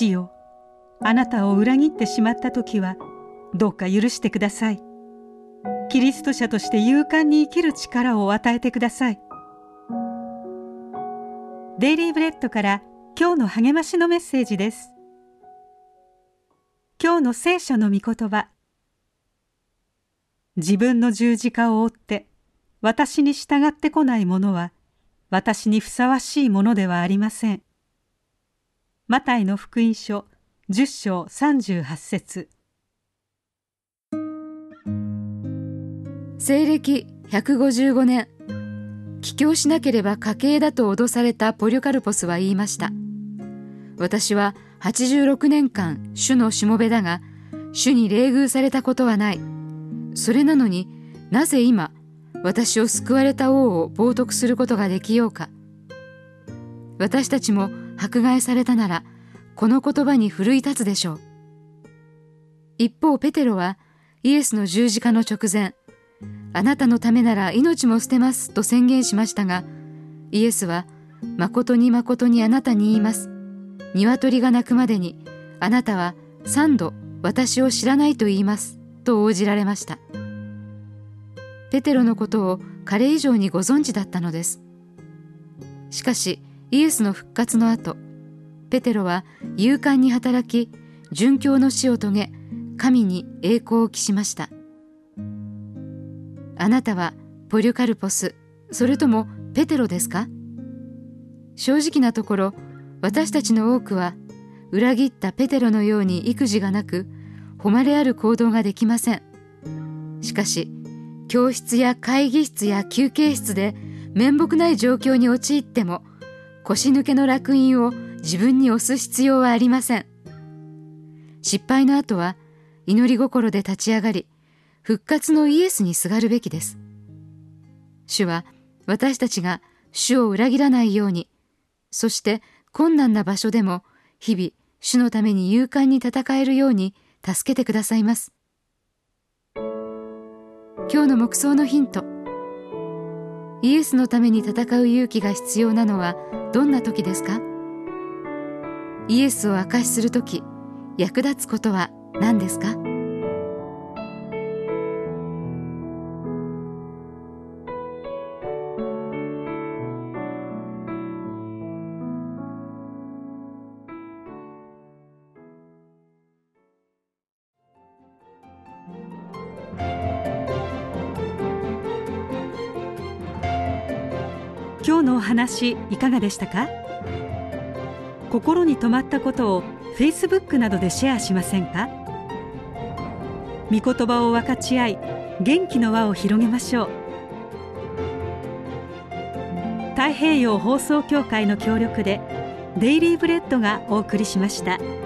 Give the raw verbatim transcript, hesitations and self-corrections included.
父よ、あなたを裏切ってしまった時はどうか許してください。キリスト者として勇敢に生きる力を与えてください。デイリーブレッドから今日の励ましのメッセージです。今日の聖書の御言葉。自分の十字架を追って私に従ってこない者は私にふさわしいものではありません。マタイの福音書じゅっ章さんじゅうはち節。 西暦ひゃくごじゅうごねん、帰郷しなければ家系だと脅されたポリュカルポスは言いました。私ははちじゅうろくねんかん主のしもべだが、主に冷遇されたことはない。それなのになぜ今私を救われた王を冒涜することができようか。私たちも迫害されたならこの言葉に奮い立つでしょう。一方ペテロはイエスの十字架の直前、あなたのためなら命も捨てますと宣言しましたが、イエスは誠に誠にあなたに言います。鶏が鳴くまでにあなたは三度私を知らないと言いますと応じられました。ペテロのことを彼以上にご存知だったのです。しかしイエスの復活の後、ペテロは勇敢に働き、殉教の死を遂げ、神に栄光を期しました。あなたはポリュカルポス、それともペテロですか？正直なところ、私たちの多くは裏切ったペテロのように育児がなく、誉れある行動ができません。しかし教室や会議室や休憩室で面目ない状況に陥っても、腰抜けの烙印を自分に押す必要はありません。失敗の後は祈り心で立ち上がり、復活のイエスにすがるべきです。主は私たちが主を裏切らないように、そして困難な場所でも日々主のために勇敢に戦えるように助けてくださいます。今日の黙想のヒント。イエスのために戦う勇気が必要なのはどんな時ですか？イエスを証しする時、役立つことは何ですか？ 今日のお話いかがでしたか？心に留まったことを Facebook などでシェアしませんか？御言葉を分かち合い、元気の輪を広げましょう。太平洋放送協会の協力でデイリーブレッドがお送りしました。